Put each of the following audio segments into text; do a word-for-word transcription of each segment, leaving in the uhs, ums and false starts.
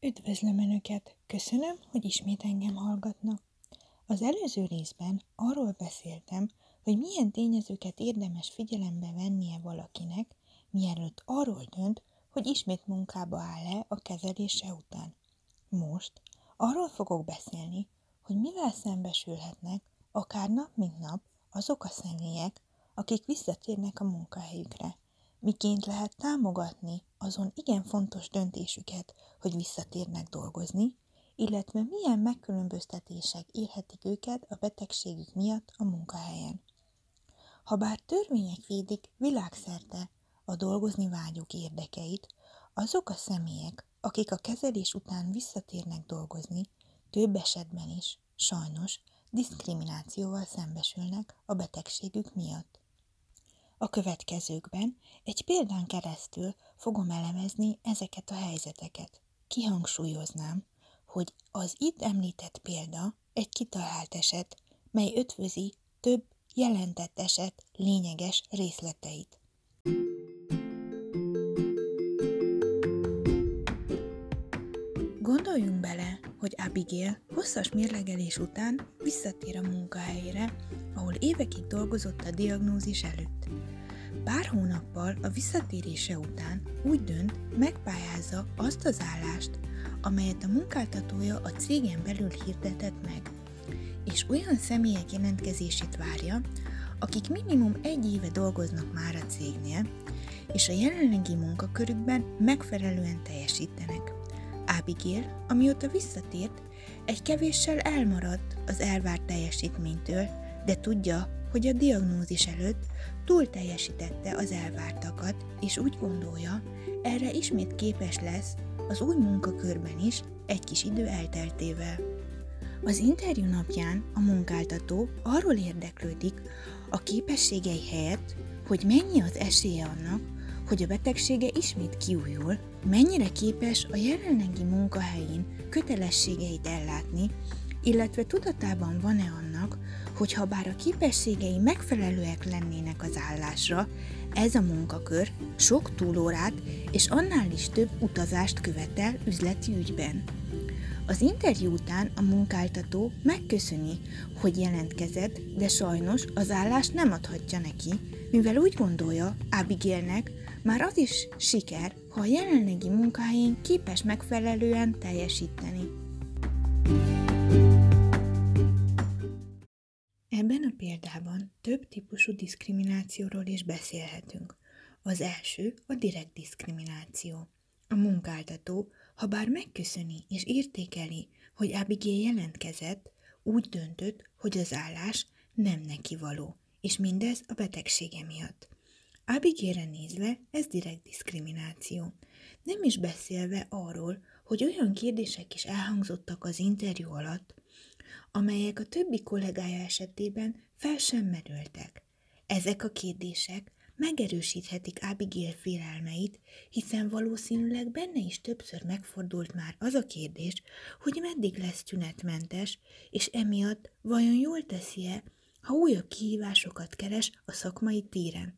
Üdvözlöm Önöket! Köszönöm, hogy ismét engem hallgatnak. Az előző részben arról beszéltem, hogy milyen tényezőket érdemes figyelembe vennie valakinek, mielőtt arról dönt, hogy ismét munkába áll-e a kezelése után. Most arról fogok beszélni, hogy mivel szembesülhetnek akár nap mint nap azok a személyek, akik visszatérnek a munkahelyükre. Miként lehet támogatni azon igen fontos döntésüket, hogy visszatérnek dolgozni, illetve milyen megkülönböztetések érhetik őket a betegségük miatt a munkahelyen. Habár törvények védik világszerte a dolgozni vágyók érdekeit, azok a személyek, akik a kezelés után visszatérnek dolgozni, több esetben is, sajnos, diszkriminációval szembesülnek a betegségük miatt. A következőkben egy példán keresztül fogom elemezni ezeket a helyzeteket. Kihangsúlyoznám, hogy az itt említett példa egy kitalált eset, mely ötvözi több jelentett eset lényeges részleteit. Gondoljunk bele, hogy Abigail hosszas mérlegelés után visszatér a munkahelyére, ahol évekig dolgozott a diagnózis előtt. Pár hónappal a visszatérése után úgy dönt, megpályázza azt az állást, amelyet a munkáltatója a cégen belül hirdetett meg, és olyan személyek jelentkezését várja, akik minimum egy éve dolgoznak már a cégnél, és a jelenlegi munkakörükben megfelelően teljesítenek. Abigail, amióta visszatért, egy kevéssel elmaradt az elvárt teljesítménytől, de tudja, hogy a diagnózis előtt túl teljesítette az elvártakat, és úgy gondolja, erre ismét képes lesz az új munkakörben is egy kis idő elteltével. Az interjú napján a munkáltató arról érdeklődik a képességei helyett, hogy mennyi az esélye annak, hogy a betegsége ismét kiújul, mennyire képes a jelenlegi munkahelyén kötelességeit ellátni, illetve tudatában van-e annak, hogy ha bár a képességei megfelelőek lennének az állásra, ez a munkakör sok túlórát és annál is több utazást követel üzleti ügyben. Az interjú után a munkáltató megköszöni, hogy jelentkezett, de sajnos az állást nem adhatja neki, mivel úgy gondolja, Abigailnek már az is siker, ha a jelenlegi munkahelyén képes megfelelően teljesíteni. Ebben a példában több típusú diszkriminációról is beszélhetünk. Az első a direkt diszkrimináció. A munkáltató, ha bár megköszöni és értékeli, hogy Abigail jelentkezett, úgy döntött, hogy az állás nem neki való, és mindez a betegsége miatt. Abigailre nézve ez direkt diszkrimináció. Nem is beszélve arról, hogy olyan kérdések is elhangzottak az interjú alatt, amelyek a többi kollégája esetében fel sem merültek. Ezek a kérdések megerősíthetik Abigail félelmeit, hiszen valószínűleg benne is többször megfordult már az a kérdés, hogy meddig lesz tünetmentes, és emiatt vajon jól teszi-e, ha újabb kihívásokat keres a szakmai téren.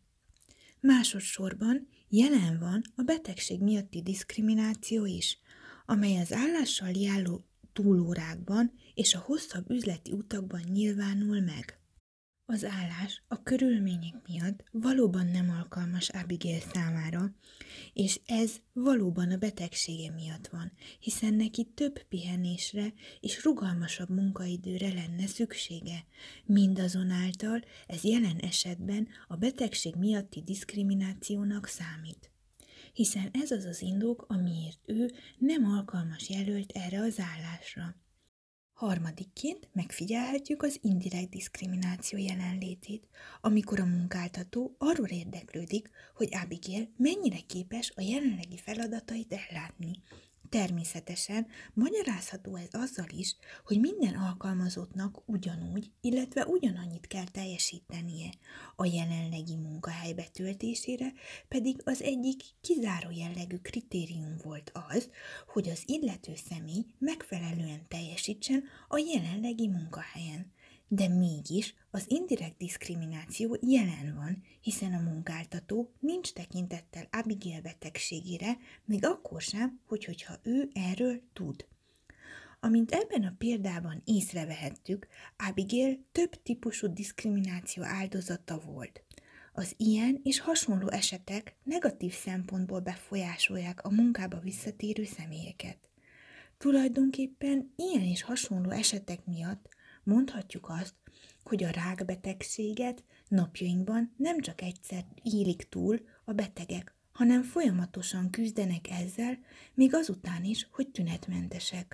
Másodszorban jelen van a betegség miatti diszkrimináció is, amely az állással járó túlórákban és a hosszabb üzleti utakban nyilvánul meg. Az állás a körülmények miatt valóban nem alkalmas Abigail számára, és ez valóban a betegsége miatt van, hiszen neki több pihenésre és rugalmasabb munkaidőre lenne szüksége. Mindazonáltal ez jelen esetben a betegség miatti diszkriminációnak számít, hiszen ez az az indok, amiért ő nem alkalmas jelölt erre az állásra. Harmadikként megfigyelhetjük az indirekt diszkrimináció jelenlétét, amikor a munkáltató arról érdeklődik, hogy Abigail mennyire képes a jelenlegi feladatait ellátni. Természetesen magyarázható ez azzal is, hogy minden alkalmazottnak ugyanúgy, illetve ugyanannyit kell teljesítenie. A jelenlegi munkahely betöltésére pedig az egyik kizáró jellegű kritérium volt az, hogy az illető személy megfelelően teljesítsen a jelenlegi munkahelyen. De mégis az indirekt diszkrimináció jelen van, hiszen a munkáltató nincs tekintettel Abigail betegségére, még akkor sem, hogy, hogyha ő erről tud. Amint ebben a példában észrevehettük, Abigail több típusú diszkrimináció áldozata volt. Az ilyen és hasonló esetek negatív szempontból befolyásolják a munkába visszatérő személyeket. Tulajdonképpen ilyen és hasonló esetek miatt mondhatjuk azt, hogy a rákbetegséget napjainkban nem csak egyszer élik túl a betegek, hanem folyamatosan küzdenek ezzel, még azután is, hogy tünetmentesek.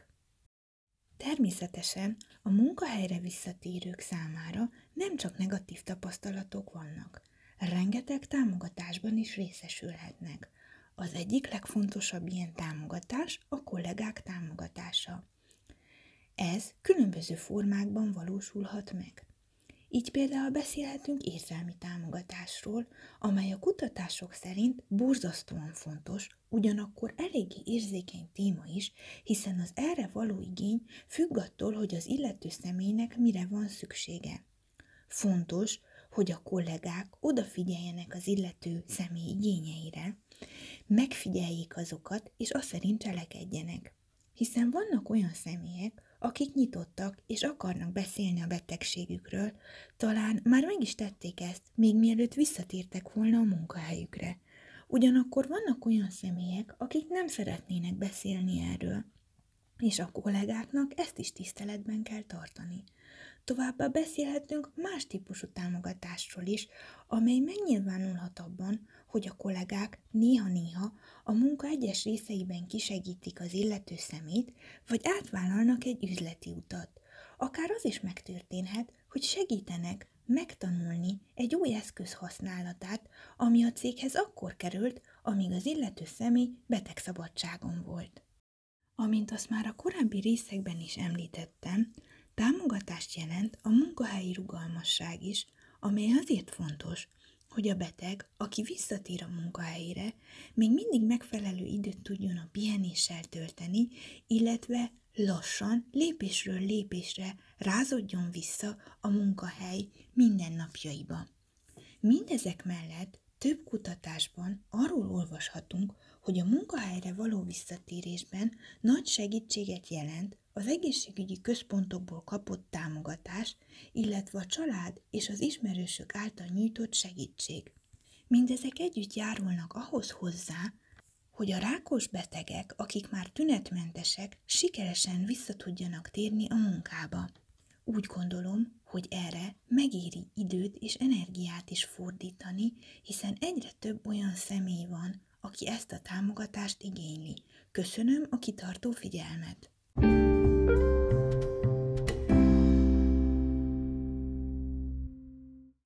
Természetesen a munkahelyre visszatérők számára nem csak negatív tapasztalatok vannak, rengeteg támogatásban is részesülhetnek. Az egyik legfontosabb ilyen támogatás a kollégák támogatása. Ez különböző formákban valósulhat meg. Így például beszélhetünk érzelmi támogatásról, amely a kutatások szerint borzasztóan fontos, ugyanakkor eléggé érzékeny téma is, hiszen az erre való igény függ attól, hogy az illető személynek mire van szüksége. Fontos, hogy a kollégák odafigyeljenek az illető személy igényeire, megfigyeljék azokat, és azt szerint cselekedjenek. Hiszen vannak olyan személyek, akik nyitottak és akarnak beszélni a betegségükről, talán már meg is tették ezt, még mielőtt visszatértek volna a munkahelyükre. Ugyanakkor vannak olyan személyek, akik nem szeretnének beszélni erről, és a kollégáknak ezt is tiszteletben kell tartani. Továbbá beszélhetünk más típusú támogatásról is, amely megnyilvánulhat abban, hogy a kollégák néha-néha a munka egyes részeiben kisegítik az illető személyt, vagy átvállalnak egy üzleti utat. Akár az is megtörténhet, hogy segítenek megtanulni egy új eszköz használatát, ami a céghez akkor került, amíg az illető személy betegszabadságon volt. Amint azt már a korábbi részekben is említettem, támogatást jelent a munkahelyi rugalmasság is, amely azért fontos, hogy a beteg, aki visszatér a munkahelyére, még mindig megfelelő időt tudjon a pihenéssel tölteni, illetve lassan, lépésről lépésre rázódjon vissza a munkahely mindennapjaiba. Mindezek mellett több kutatásban arról olvashatunk, hogy a munkahelyre való visszatérésben nagy segítséget jelent az egészségügyi központokból kapott támogatás, illetve a család és az ismerősök által nyújtott segítség. Mindezek együtt járulnak ahhoz hozzá, hogy a rákos betegek, akik már tünetmentesek, sikeresen vissza tudjanak térni a munkába. Úgy gondolom, hogy erre megéri időt és energiát is fordítani, hiszen egyre több olyan személy van, aki ezt a támogatást igényli. Köszönöm a kitartó figyelmet!